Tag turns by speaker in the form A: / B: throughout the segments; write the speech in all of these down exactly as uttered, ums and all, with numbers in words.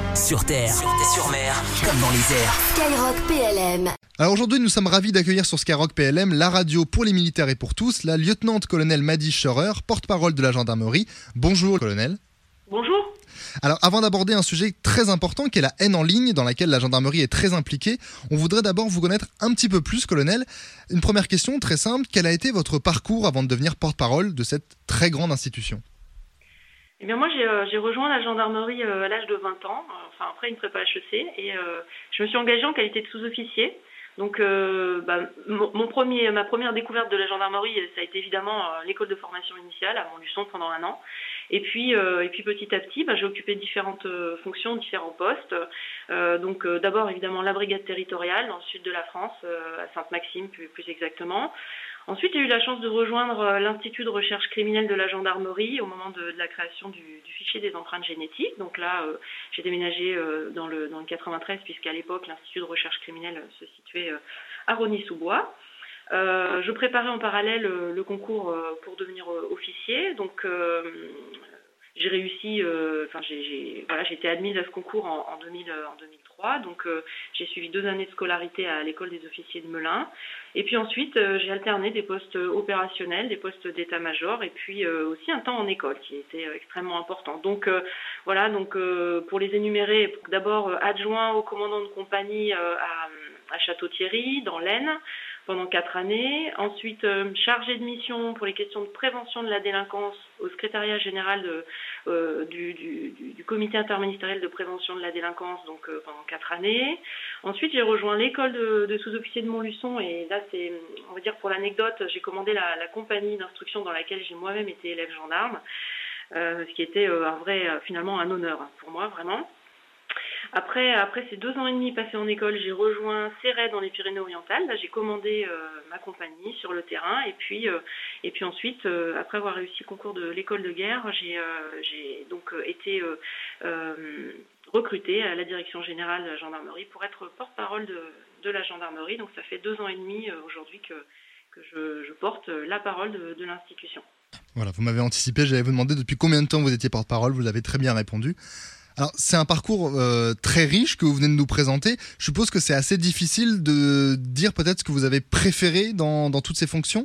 A: Sur terre, sur, terre, sur mer, comme dans les airs.
B: Skyrock P L M.
C: Alors aujourd'hui, nous sommes ravis d'accueillir sur Skyrock P L M la radio pour les militaires et pour tous, la lieutenant-colonel Madi Scheurer, porte-parole de la gendarmerie. Bonjour colonel.
D: Bonjour.
C: Alors avant d'aborder un sujet très important qui est la haine en ligne dans laquelle la gendarmerie est très impliquée, on voudrait d'abord vous connaître un petit peu plus colonel. Une première question très simple, quel a été votre parcours avant de devenir porte-parole de cette très grande institution ?
D: Eh bien moi j'ai, euh, j'ai rejoint la gendarmerie euh, à l'âge de vingt ans, euh, enfin après une prépa H E C, et euh, je me suis engagée en qualité de sous-officier. Donc euh, bah, mon, mon premier, ma première découverte de la gendarmerie, ça a été évidemment euh, l'école de formation initiale à Montluçon pendant un an. Et puis, euh, et puis petit à petit, bah, j'ai occupé différentes euh, fonctions, différents postes. Euh, donc euh, d'abord évidemment la brigade territoriale dans le sud de la France, euh, à Sainte-Maxime plus, plus exactement. Ensuite, j'ai eu la chance de rejoindre l'Institut de recherche criminelle de la gendarmerie au moment de, de la création du, du fichier des empreintes génétiques. Donc là, euh, j'ai déménagé euh, dans, le, dans le quatre-vingt-treize, puisqu'à l'époque, l'Institut de recherche criminelle se situait euh, à Rosny-sous-Bois. Euh, je préparais en parallèle euh, le concours euh, pour devenir euh, officier. Donc, euh, j'ai réussi, euh, enfin, j'ai, j'ai, voilà, j'ai été admise à ce concours en, en, deux mille, en deux mille trois. Donc, euh, j'ai suivi deux années de scolarité à l'école des officiers de Melun. Et puis ensuite, euh, j'ai alterné des postes opérationnels, des postes d'état-major, et puis euh, aussi un temps en école qui était euh, extrêmement important. Donc euh, voilà, donc euh, pour les énumérer, d'abord euh, adjoint au commandant de compagnie euh, à, à Château-Thierry, dans l'Aisne, pendant quatre années. Ensuite, euh, chargé de mission pour les questions de prévention de la délinquance au secrétariat général de, euh, du, du, du comité interministériel de prévention de la délinquance, donc euh, pendant quatre années. Ensuite, j'ai rejoint l'école de, de sous-officiers de Montluçon, et là, c'est, on va dire pour l'anecdote, j'ai commandé la, la compagnie d'instruction dans laquelle j'ai moi-même été élève gendarme, euh, ce qui était euh, un vrai, finalement, un honneur pour moi, vraiment. Après, après ces deux ans et demi passés en école, j'ai rejoint Céret dans les Pyrénées-Orientales. Là, j'ai commandé euh, ma compagnie sur le terrain. Et puis, euh, et puis ensuite, euh, après avoir réussi le concours de l'école de guerre, j'ai, euh, j'ai donc euh, été euh, euh, recrutée à la direction générale de la gendarmerie pour être porte-parole de, de la gendarmerie. Donc ça fait deux ans et demi euh, aujourd'hui que, que je, je porte la parole de, de l'institution.
C: Voilà, vous m'avez anticipé, j'allais vous demander depuis combien de temps vous étiez porte-parole, vous avez très bien répondu. Alors, c'est un parcours euh, très riche que vous venez de nous présenter. Je suppose que c'est assez difficile de dire peut-être ce que vous avez préféré dans, dans toutes ces fonctions.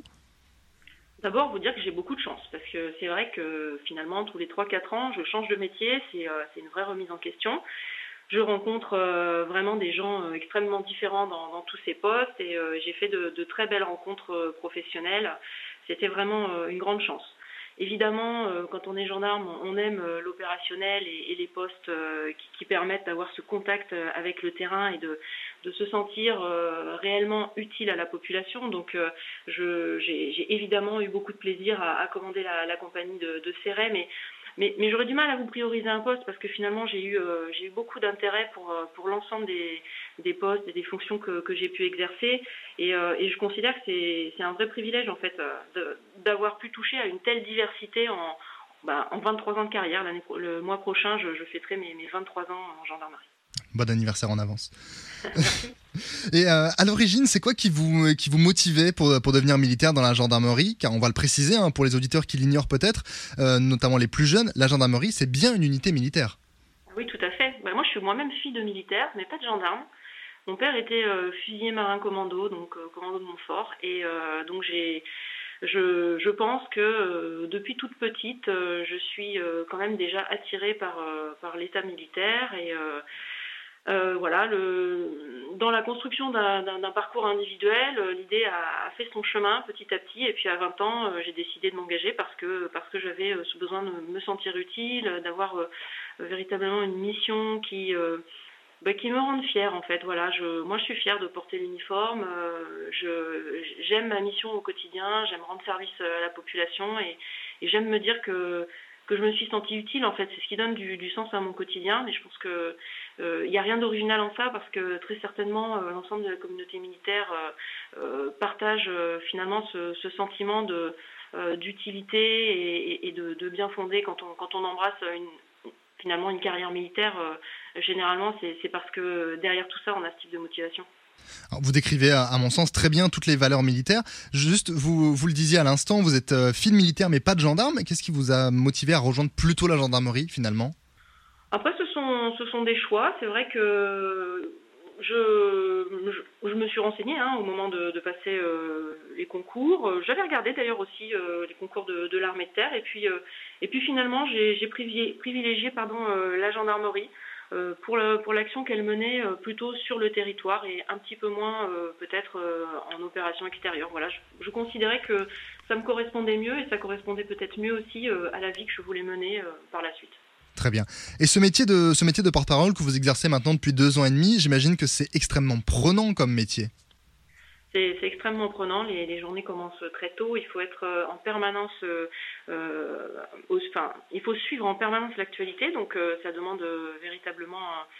D: D'abord, vous dire que j'ai beaucoup de chance, parce que c'est vrai que finalement, tous les trois quatre ans, je change de métier, c'est, euh, c'est une vraie remise en question. Je rencontre euh, vraiment des gens euh, extrêmement différents dans, dans tous ces postes, et euh, j'ai fait de, de très belles rencontres euh, professionnelles. C'était vraiment euh, une grande chance. Évidemment, euh, quand on est gendarme, on aime euh, l'opérationnel et, et les postes euh, qui, qui permettent d'avoir ce contact euh, avec le terrain et de, de se sentir euh, réellement utile à la population. Donc, euh, je, j'ai, j'ai évidemment eu beaucoup de plaisir à, à commander la, la compagnie de, de Céret, mais Mais, mais j'aurais du mal à vous prioriser un poste parce que finalement j'ai eu, euh, j'ai eu beaucoup d'intérêt pour, euh, pour l'ensemble des, des postes et des fonctions que, que j'ai pu exercer, et, euh, et je considère que c'est, c'est un vrai privilège en fait euh, de, d'avoir pu toucher à une telle diversité en, bah, en vingt-trois ans de carrière. L'année, le mois prochain je, je fêterai mes, mes vingt-trois ans en gendarmerie.
C: Bon anniversaire en avance. Et euh, à l'origine, c'est quoi qui vous, qui vous motivait pour, pour devenir militaire dans la gendarmerie ? Car on va le préciser, hein, pour les auditeurs qui l'ignorent peut-être, euh, notamment les plus jeunes, la gendarmerie, c'est bien une unité militaire.
D: Oui, tout à fait. Bah, moi, je suis moi-même fille de militaire, mais pas de gendarme. Mon père était euh, fusilier marin commando, donc euh, commando de Montfort. Et euh, donc, j'ai, je, je pense que euh, depuis toute petite, euh, je suis euh, quand même déjà attirée par, euh, par l'état militaire. Et euh, Euh, voilà, le, dans la construction d'un, d'un, d'un parcours individuel, euh, l'idée a, a fait son chemin petit à petit, et puis à vingt ans, euh, j'ai décidé de m'engager parce que, parce que j'avais euh, ce besoin de me sentir utile, d'avoir euh, véritablement une mission qui, euh, bah, qui me rende fière en fait. Voilà, je, moi je suis fière de porter l'uniforme, euh, je, j'aime ma mission au quotidien, j'aime rendre service à la population, et, et j'aime me dire que que je me suis sentie utile en fait, c'est ce qui donne du, du sens à mon quotidien. Mais je pense que il euh, n'y a rien d'original en ça, parce que très certainement euh, l'ensemble de la communauté militaire euh, euh, partage euh, finalement ce, ce sentiment de euh, d'utilité et, et de, de bien fondé quand on quand on embrasse une, finalement une carrière militaire. Euh, généralement c'est, c'est parce que derrière tout ça on a ce type de motivation.
C: Alors, vous décrivez, à mon sens, très bien toutes les valeurs militaires. Juste, vous, vous le disiez à l'instant, vous êtes euh, fille militaire mais pas de gendarme. Qu'est-ce qui vous a motivé à rejoindre plutôt la gendarmerie finalement ?
D: Après, ce sont sont, ce sont des choix. C'est vrai que je, je, je me suis renseignée hein, au moment de, de passer euh, les concours. J'avais regardé d'ailleurs aussi euh, les concours de, de l'armée de terre. Et puis, euh, et puis finalement, j'ai, j'ai privilégié, privilégié pardon, euh, la gendarmerie euh, pour, le, pour l'action qu'elle menait euh, plutôt sur le territoire et un petit peu moins euh, peut-être euh, en opération extérieure. Voilà, je, je considérais que ça me correspondait mieux et ça correspondait peut-être mieux aussi euh, à la vie que je voulais mener euh, par la suite.
C: Très bien. Et ce métier de, ce métier de porte-parole que vous exercez maintenant depuis deux ans et demi, j'imagine que c'est extrêmement prenant comme métier.
D: C'est, c'est extrêmement prenant, les, les journées commencent très tôt, il faut être en permanence, euh, euh, au, enfin, il faut suivre en permanence l'actualité, donc euh, ça demande euh, véritablement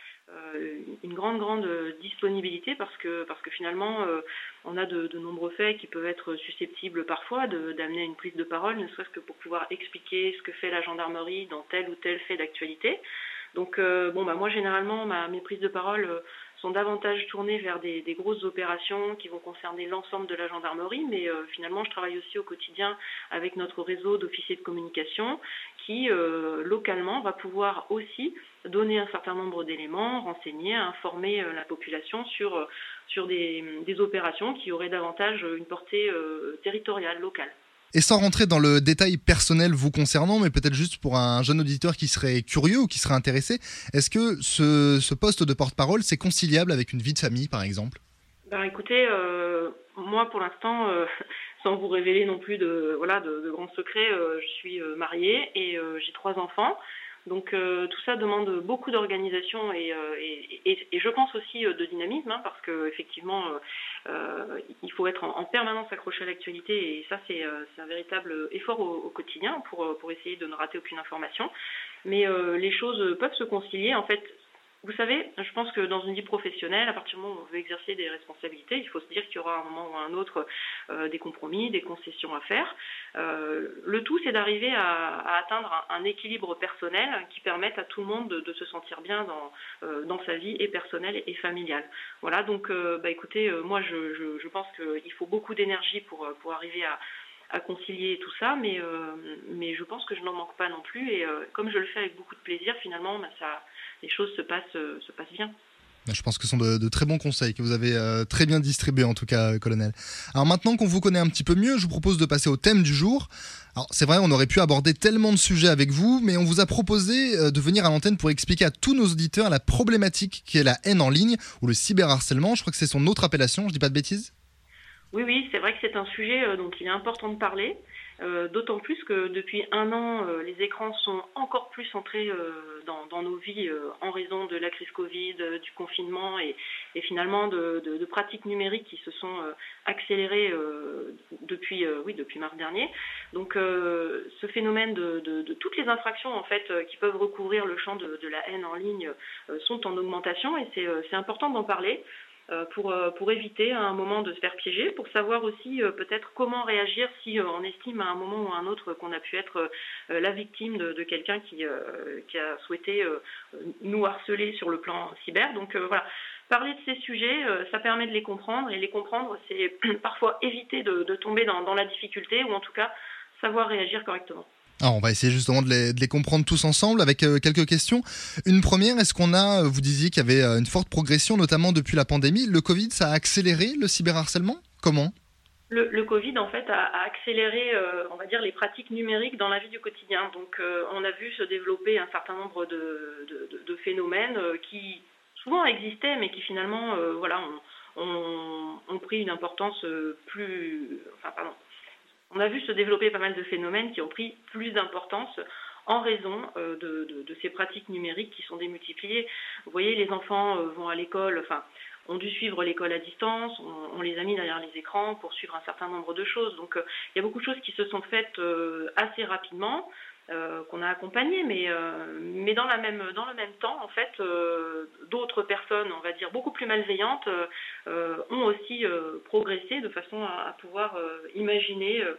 D: euh, une grande, grande disponibilité parce que, parce que finalement, euh, on a de, de nombreux faits qui peuvent être susceptibles parfois de, d'amener à une prise de parole, ne serait-ce que pour pouvoir expliquer ce que fait la gendarmerie dans tel ou tel fait d'actualité. Donc, euh, bon, bah, moi, généralement, ma, mes prises de parole euh, sont davantage tournées vers des, des grosses opérations qui vont concerner l'ensemble de la gendarmerie, mais euh, finalement, je travaille aussi au quotidien avec notre réseau d'officiers de communication qui, euh, localement, va pouvoir aussi donner un certain nombre d'éléments, renseigner, informer euh, la population sur, euh, sur des, des opérations qui auraient davantage une portée euh, territoriale, locale.
C: Et sans rentrer dans le détail personnel vous concernant, mais peut-être juste pour un jeune auditeur qui serait curieux ou qui serait intéressé, est-ce que ce, ce poste de porte-parole, c'est conciliable avec une vie de famille, par exemple ?
D: Ben, écoutez, euh, moi, pour l'instant, euh, sans vous révéler non plus de, voilà, de, de grands secrets, euh, je suis mariée et euh, j'ai trois enfants. Donc euh, tout ça demande beaucoup d'organisation et, euh, et, et, et je pense aussi euh, de dynamisme hein, parce que effectivement euh, euh, il faut être en, en permanence accroché à l'actualité et ça c'est, euh, c'est un véritable effort au, au quotidien pour, pour essayer de ne rater aucune information. Mais euh, les choses peuvent se concilier en fait. Vous savez, je pense que dans une vie professionnelle, à partir du moment où on veut exercer des responsabilités, il faut se dire qu'il y aura un moment ou un autre euh, des compromis, des concessions à faire. Euh, le tout, c'est d'arriver à, à atteindre un, un équilibre personnel qui permette à tout le monde de, de se sentir bien dans, euh, dans sa vie et personnelle et familiale. Voilà, donc euh, bah, écoutez, euh, moi je, je, je pense qu'il faut beaucoup d'énergie pour, pour arriver à à concilier tout ça, mais, euh, mais je pense que je n'en manque pas non plus et euh, comme je le fais avec beaucoup de plaisir, finalement, bah, ça, les choses se passent, euh, se passent bien.
C: Je pense que ce sont de, de très bons conseils que vous avez euh, très bien distribués en tout cas, colonel. Alors maintenant qu'on vous connaît un petit peu mieux, je vous propose de passer au thème du jour. Alors c'est vrai, on aurait pu aborder tellement de sujets avec vous, mais on vous a proposé euh, de venir à l'antenne pour expliquer à tous nos auditeurs la problématique qui est la haine en ligne ou le cyberharcèlement. Je crois que c'est son autre appellation, je dis pas de bêtises ?
D: Oui, oui, c'est vrai que c'est un sujet euh, dont il est important de parler, euh, d'autant plus que depuis un an, euh, les écrans sont encore plus entrés euh, dans, dans nos vies euh, en raison de la crise Covid, euh, du confinement et, et finalement de, de, de pratiques numériques qui se sont euh, accélérées euh, depuis, euh, oui, depuis mars dernier. Donc euh, ce phénomène de, de, de toutes les infractions en fait, euh, qui peuvent recouvrir le champ de, de la haine en ligne euh, sont en augmentation et c'est, euh, c'est important d'en parler. Pour, pour éviter à un moment de se faire piéger, pour savoir aussi euh, peut-être comment réagir si euh, on estime à un moment ou à un autre qu'on a pu être euh, la victime de, de quelqu'un qui, euh, qui a souhaité euh, nous harceler sur le plan cyber. Donc euh, voilà, parler de ces sujets, euh, ça permet de les comprendre et les comprendre, c'est parfois éviter de, de tomber dans, dans la difficulté ou en tout cas savoir réagir correctement.
C: Alors on va essayer justement de les, de les comprendre tous ensemble avec euh, quelques questions. Une première, est-ce qu'on a, vous disiez qu'il y avait euh, une forte progression, notamment depuis la pandémie. Le Covid, ça a accéléré le cyberharcèlement ? Comment ?
D: Le, le Covid, en fait, a, a accéléré, euh, on va dire, les pratiques numériques dans la vie du quotidien. Donc, euh, on a vu se développer un certain nombre de, de, de, de phénomènes euh, qui souvent existaient, mais qui finalement, euh, voilà, ont, ont, ont pris une importance euh, plus... Enfin, pardon. On a vu se développer pas mal de phénomènes qui ont pris plus d'importance en raison euh, de, de, de ces pratiques numériques qui sont démultipliées. Vous voyez, les enfants euh, vont à l'école, enfin, ont dû suivre l'école à distance, on, on les a mis derrière les écrans pour suivre un certain nombre de choses. Donc, euh, il y a beaucoup de choses qui se sont faites euh, assez rapidement, euh, qu'on a accompagnées, mais, euh, mais dans, la même, dans le même temps, en fait, euh, d'autres personnes, on va dire, beaucoup plus malveillantes, euh, ont aussi euh, progressé de façon à, à pouvoir euh, imaginer euh,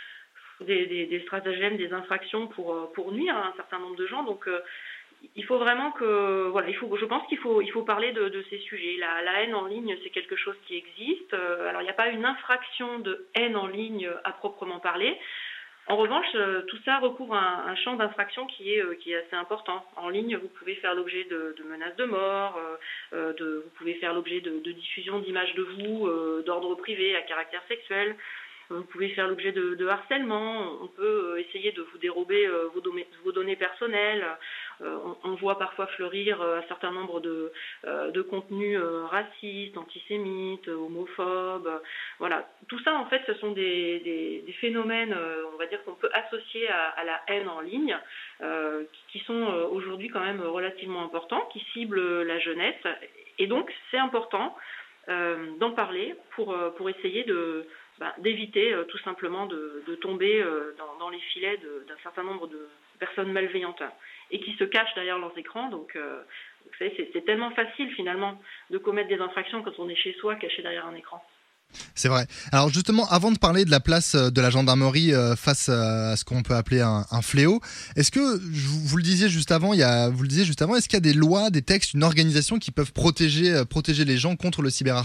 D: des, des, des stratagèmes, des infractions pour, pour nuire à un certain nombre de gens. Donc, euh, il faut vraiment que, voilà, il faut, je pense qu'il faut, il faut parler de, de ces sujets. La, la haine en ligne, c'est quelque chose qui existe. Alors, il n'y a pas une infraction de haine en ligne à proprement parler. En revanche, euh, tout ça recouvre un, un champ d'infraction qui est, euh, qui est assez important. En ligne, vous pouvez faire l'objet de, de menaces de mort, euh, euh, de, vous pouvez faire l'objet de, de diffusion d'images de vous euh, d'ordre privé à caractère sexuel. Vous pouvez faire l'objet de, de harcèlement. On peut essayer de vous dérober euh, vos, données, vos données personnelles. Euh, on, on voit parfois fleurir euh, un certain nombre de, euh, de contenus euh, racistes, antisémites, homophobes. Euh, voilà. Tout ça, en fait, ce sont des, des, des phénomènes, euh, on va dire, qu'on peut associer à, à la haine en ligne, euh, qui, qui sont euh, aujourd'hui quand même relativement importants, qui ciblent la jeunesse. Et donc, c'est important euh, d'en parler pour, pour essayer de... Ben, d'éviter euh, tout simplement de, de tomber euh, dans, dans les filets de, d'un certain nombre de personnes malveillantes et qui se cachent derrière leurs écrans. Donc, euh, vous savez, c'est, c'est tellement facile finalement de commettre des infractions quand on est chez soi, caché derrière un écran.
C: C'est vrai. Alors justement, avant de parler de la place de la gendarmerie face à ce qu'on peut appeler un, un fléau, est-ce que, vous le disiez juste avant, il y a, vous le disiez juste avant, est-ce qu'il y a des lois, des textes, une organisation qui peuvent protéger, protéger les gens contre le cyberharcèlement ?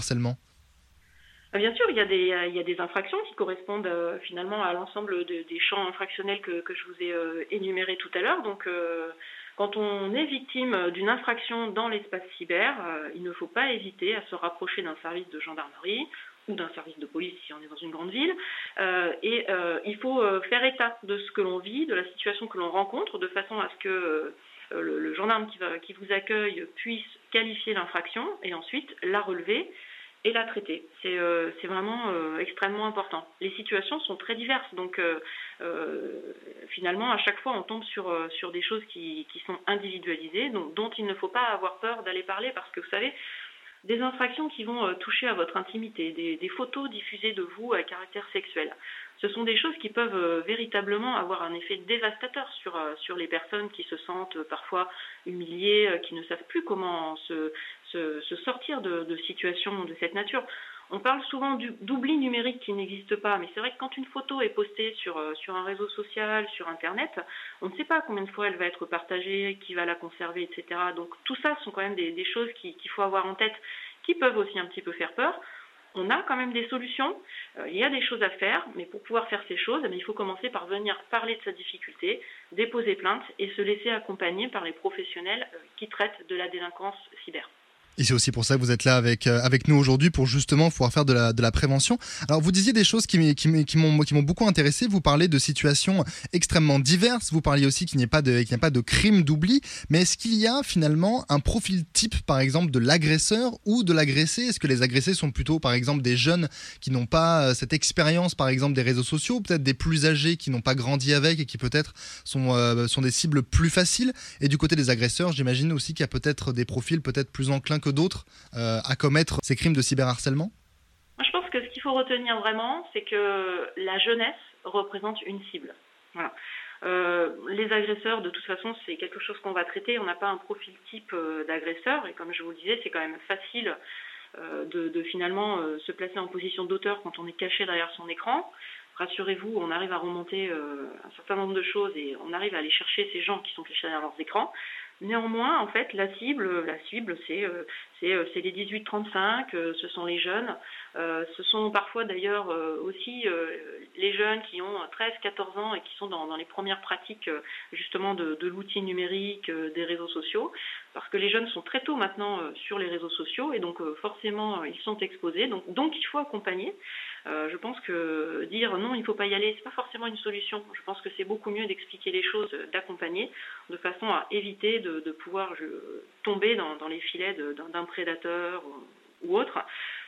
D: Bien sûr, il y a des, il y a des infractions qui correspondent euh, finalement à l'ensemble de, des champs infractionnels que, que je vous ai euh, énumérés tout à l'heure. Donc, euh, quand on est victime d'une infraction dans l'espace cyber, euh, il ne faut pas hésiter à se rapprocher d'un service de gendarmerie ou d'un service de police si on est dans une grande ville. Euh, et euh, il faut euh, faire état de ce que l'on vit, de la situation que l'on rencontre, de façon à ce que euh, le, le gendarme qui, va, qui vous accueille puisse qualifier l'infraction et ensuite la relever et la traiter. C'est, euh, c'est vraiment euh, extrêmement important. Les situations sont très diverses, donc euh, euh, finalement, à chaque fois, on tombe sur, euh, sur des choses qui, qui sont individualisées, donc, dont il ne faut pas avoir peur d'aller parler, parce que vous savez, des infractions qui vont euh, toucher à votre intimité, des, des photos diffusées de vous à caractère sexuel, ce sont des choses qui peuvent euh, véritablement avoir un effet dévastateur sur, euh, sur les personnes qui se sentent euh, parfois humiliées, euh, qui ne savent plus comment se, se, se sortir de, de situations de cette nature. On parle souvent du, d'oubli numérique qui n'existe pas, mais c'est vrai que quand une photo est postée sur, euh, sur un réseau social, sur Internet, on ne sait pas combien de fois elle va être partagée, qui va la conserver, et cetera. Donc tout ça sont quand même des, des choses qui, qu'il faut avoir en tête, qui peuvent aussi un petit peu faire peur. On a quand même des solutions, euh, il y a des choses à faire, mais pour pouvoir faire ces choses, eh il faut commencer par venir parler de sa difficulté, déposer plainte et se laisser accompagner par les professionnels euh, qui traitent de la délinquance cyber.
C: Et c'est aussi pour ça que vous êtes là avec, euh, avec nous aujourd'hui, pour justement pouvoir faire de la, de la prévention. Alors, vous disiez des choses qui, qui, qui, m'ont, qui m'ont beaucoup intéressé. Vous parlez de situations extrêmement diverses. Vous parliez aussi qu'il n'y ait pas de, qu'il n'y ait pas de crime d'oubli. Mais est-ce qu'il y a finalement un profil type, par exemple, de l'agresseur ou de l'agressé ? Est-ce que les agressés sont plutôt, par exemple, des jeunes qui n'ont pas cette expérience, par exemple, des réseaux sociaux, ou peut-être des plus âgés qui n'ont pas grandi avec et qui peut-être sont, euh, sont des cibles plus faciles ? Et du côté des agresseurs, j'imagine aussi qu'il y a peut-être des profils peut-être plus enclins que d'autres euh, à commettre ces crimes de cyberharcèlement ?
D: Moi, je pense que ce qu'il faut retenir vraiment, c'est que la jeunesse représente une cible. Voilà. Euh, les agresseurs, de toute façon, c'est quelque chose qu'on va traiter. On n'a pas un profil type euh, d'agresseur. Et comme je vous le disais, c'est quand même facile euh, de, de finalement euh, se placer en position d'auteur quand on est caché derrière son écran. Rassurez-vous, on arrive à remonter euh, un certain nombre de choses et on arrive à aller chercher ces gens qui sont cachés derrière leurs écrans. Néanmoins, en fait, la cible, la cible, c'est, euh, c'est, euh, c'est les dix-huit trente-cinq, euh, ce sont les jeunes. Euh, ce sont parfois d'ailleurs euh, aussi euh, les jeunes qui ont treize quatorze ans et qui sont dans, dans les premières pratiques euh, justement de, de l'outil numérique, euh, des réseaux sociaux, parce que les jeunes sont très tôt maintenant euh, sur les réseaux sociaux et donc euh, forcément euh, ils sont exposés. Donc, donc il faut accompagner. Euh, je pense que dire non, il ne faut pas y aller, c'est pas forcément une solution. Je pense que c'est beaucoup mieux d'expliquer les choses, d'accompagner, de façon à éviter de, de pouvoir je, tomber dans, dans les filets de, d'un, d'un prédateur ou, ou autre.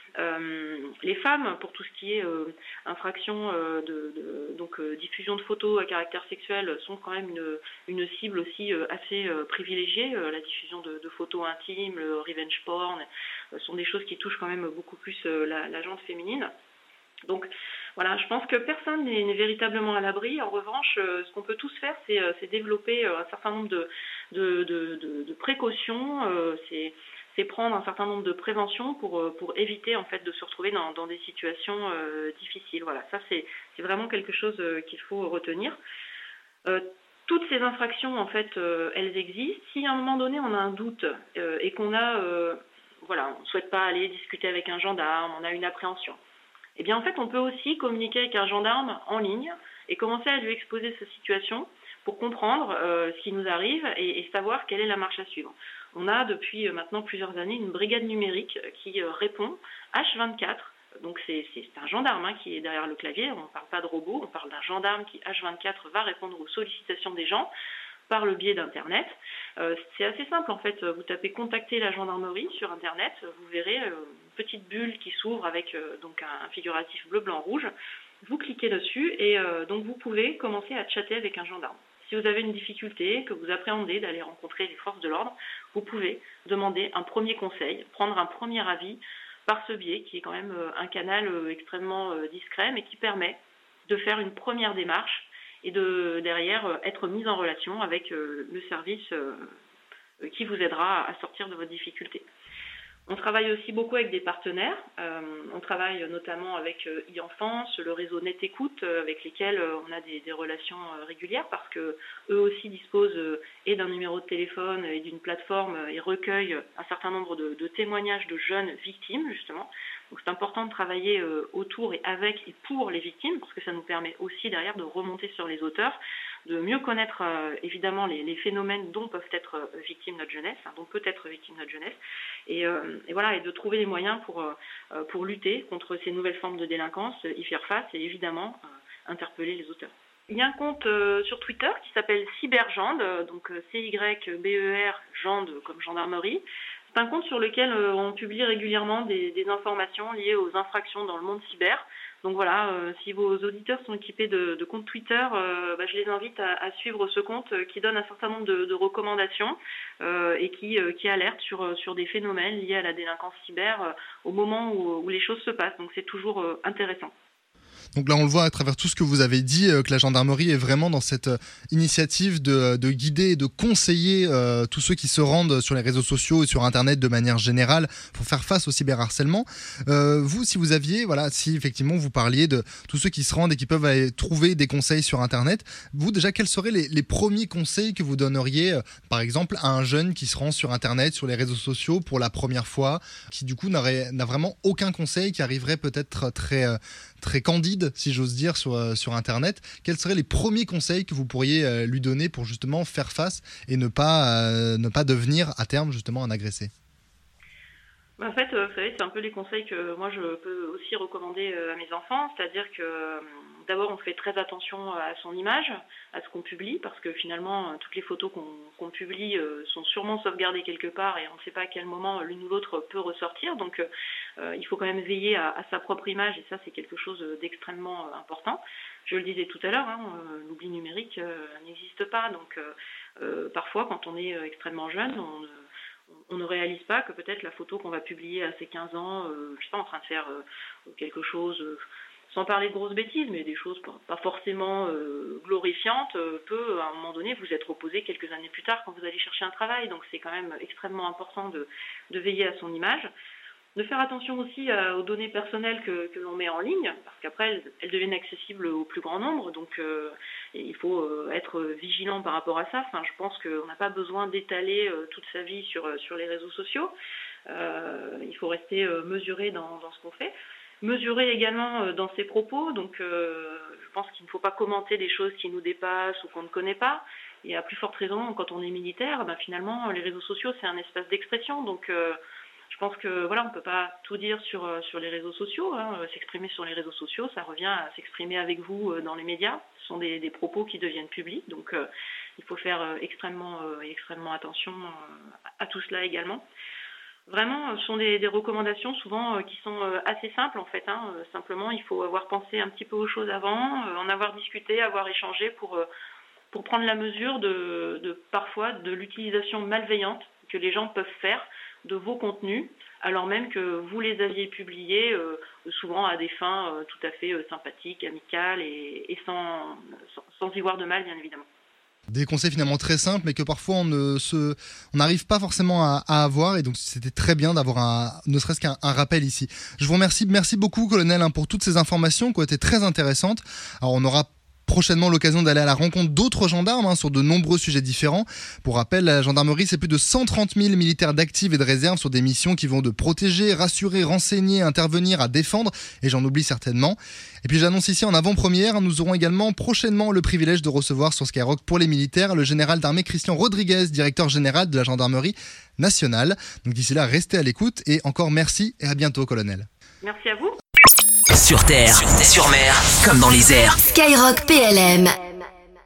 D: Euh, les femmes, pour tout ce qui est euh, infraction euh, de, de donc euh, diffusion de photos à caractère sexuel, sont quand même une, une cible aussi euh, assez euh, privilégiée. Euh, la diffusion de, de photos intimes, le revenge porn, euh, sont des choses qui touchent quand même beaucoup plus euh, la, la gente féminine. Donc voilà, je pense que personne n'est, n'est véritablement à l'abri. En revanche, euh, ce qu'on peut tous faire, c'est, euh, c'est développer euh, un certain nombre de, de, de, de, de précautions, euh, c'est, c'est prendre un certain nombre de préventions pour, euh, pour éviter en fait de se retrouver dans, dans des situations euh, difficiles. Voilà, ça c'est, c'est vraiment quelque chose euh, qu'il faut retenir. Euh, toutes ces infractions, en fait, euh, elles existent. Si à un moment donné on a un doute euh, et qu'on a, euh, voilà, on ne souhaite pas aller discuter avec un gendarme, on a une appréhension, eh bien en fait on peut aussi communiquer avec un gendarme en ligne et commencer à lui exposer sa situation pour comprendre euh, ce qui nous arrive et, et savoir quelle est la marche à suivre. On a depuis maintenant plusieurs années une brigade numérique qui euh, répond H vingt-quatre. Donc c'est, c'est, c'est un gendarme hein, qui est derrière le clavier, on ne parle pas de robot, on parle d'un gendarme qui H vingt-quatre va répondre aux sollicitations des gens par le biais d'Internet. Euh, c'est assez simple en fait, vous tapez « Contacter la gendarmerie » sur Internet, vous verrez euh, une petite bulle qui s'ouvre avec euh, donc un, un figuratif bleu, blanc, rouge. Vous cliquez dessus et euh, donc vous pouvez commencer à chatter avec un gendarme. Si vous avez une difficulté, que vous appréhendez d'aller rencontrer les forces de l'ordre, vous pouvez demander un premier conseil, prendre un premier avis par ce biais, qui est quand même un canal extrêmement discret, mais qui permet de faire une première démarche et de derrière être mis en relation avec le service qui vous aidera à sortir de votre difficulté. On travaille aussi beaucoup avec des partenaires. Euh, on travaille notamment avec euh, e-enfance, le réseau Net Écoute, euh, avec lesquels euh, on a des, des relations euh, régulières parce que eux aussi disposent euh, et d'un numéro de téléphone et d'une plateforme euh, et recueillent un certain nombre de, de témoignages de jeunes victimes justement. Donc c'est important de travailler euh, autour et avec et pour les victimes parce que ça nous permet aussi derrière de remonter sur les auteurs, de mieux connaître euh, évidemment les, les phénomènes dont peuvent être euh, victimes notre jeunesse, hein, dont peut être victime notre jeunesse, et, euh, et voilà, et de trouver les moyens pour euh, pour lutter contre ces nouvelles formes de délinquance, y faire face et évidemment euh, interpeller les auteurs. Il y a un compte euh, sur Twitter qui s'appelle Cybergende, euh, donc C Y B E R Gende comme gendarmerie. C'est un compte sur lequel euh, on publie régulièrement des, des informations liées aux infractions dans le monde cyber. Donc voilà, euh, si vos auditeurs sont équipés de, de comptes Twitter, euh, bah, je les invite à, à suivre ce compte euh, qui donne un certain nombre de, de recommandations euh, et qui, euh, qui alerte sur, sur des phénomènes liés à la délinquance cyber euh, au moment où, où les choses se passent. Donc c'est toujours euh, intéressant.
C: Donc là, on le voit à travers tout ce que vous avez dit, euh, que la gendarmerie est vraiment dans cette euh, initiative de, de guider et de conseiller euh, tous ceux qui se rendent sur les réseaux sociaux et sur Internet de manière générale pour faire face au cyberharcèlement. Euh, vous, si vous aviez, voilà, si effectivement vous parliez de tous ceux qui se rendent et qui peuvent aller trouver des conseils sur Internet, vous déjà, quels seraient les, les premiers conseils que vous donneriez, euh, par exemple, à un jeune qui se rend sur Internet, sur les réseaux sociaux pour la première fois, qui du coup n'aurait, n'a vraiment aucun conseil, qui arriverait peut-être très... Euh, très candide, si j'ose dire, sur, euh, sur Internet. Quels seraient les premiers conseils que vous pourriez euh, lui donner pour justement faire face et ne pas, euh, ne pas devenir à terme justement un agressé ?
D: En fait, vous savez, c'est un peu les conseils que moi je peux aussi recommander à mes enfants, c'est-à-dire que d'abord on fait très attention à son image, à ce qu'on publie, parce que finalement toutes les photos qu'on, qu'on publie sont sûrement sauvegardées quelque part et on ne sait pas à quel moment l'une ou l'autre peut ressortir, donc euh, il faut quand même veiller à, à sa propre image et ça c'est quelque chose d'extrêmement important. Je le disais tout à l'heure, hein, l'oubli numérique euh, n'existe pas, donc euh, parfois quand on est extrêmement jeune, on on ne réalise pas que peut-être la photo qu'on va publier à ses quinze ans, euh, je sais pas, en train de faire euh, quelque chose, euh, sans parler de grosses bêtises, mais des choses pas, pas forcément euh, glorifiantes, euh, peut à un moment donné vous être opposé quelques années plus tard quand vous allez chercher un travail. Donc c'est quand même extrêmement important de, de veiller à son image. De faire attention aussi euh, aux données personnelles que, que l'on met en ligne, parce qu'après elles, elles deviennent accessibles au plus grand nombre, donc euh, il faut euh, être vigilant par rapport à ça. Enfin, je pense qu'on n'a pas besoin d'étaler euh, toute sa vie sur, sur les réseaux sociaux. Euh, il faut rester euh, mesuré dans, dans ce qu'on fait. Mesurer également euh, dans ses propos, donc euh, je pense qu'il ne faut pas commenter des choses qui nous dépassent ou qu'on ne connaît pas. Et à plus forte raison, quand on est militaire, ben, finalement les réseaux sociaux c'est un espace d'expression, donc euh, je pense que voilà, on ne peut pas tout dire sur, sur les réseaux sociaux. Hein. S'exprimer sur les réseaux sociaux, ça revient à s'exprimer avec vous dans les médias. Ce sont des, des propos qui deviennent publics, donc euh, il faut faire euh, extrêmement, euh, extrêmement attention euh, à tout cela également. Vraiment, ce sont des, des recommandations souvent euh, qui sont euh, assez simples en fait. Hein. Euh, simplement, il faut avoir pensé un petit peu aux choses avant, euh, en avoir discuté, avoir échangé pour, euh, pour prendre la mesure de, de parfois de l'utilisation malveillante que les gens peuvent faire de vos contenus, alors même que vous les aviez publiés euh, souvent à des fins euh, tout à fait euh, sympathiques, amicales et, et sans, sans, sans y voir de mal, bien évidemment.
C: Des conseils finalement très simples, mais que parfois on ne se, on n'arrive pas forcément à, à avoir, et donc c'était très bien d'avoir un, ne serait-ce qu'un un rappel ici. Je vous remercie, merci beaucoup, colonel, hein, pour toutes ces informations qui ont été très intéressantes. Alors on aura prochainement l'occasion d'aller à la rencontre d'autres gendarmes hein, sur de nombreux sujets différents. Pour rappel, la gendarmerie, c'est plus de cent trente mille militaires d'actifs et de réserve sur des missions qui vont de protéger, rassurer, renseigner, intervenir, à défendre, et j'en oublie certainement. Et puis j'annonce ici en avant-première, nous aurons également prochainement le privilège de recevoir sur Skyrock pour les militaires le général d'armée Christian Rodriguez, directeur général de la gendarmerie nationale. Donc d'ici là, restez à l'écoute et encore merci et à bientôt, colonel.
D: Merci à vous.
A: Sur terre, sur mer, comme dans les airs.
B: Skyrock P L M.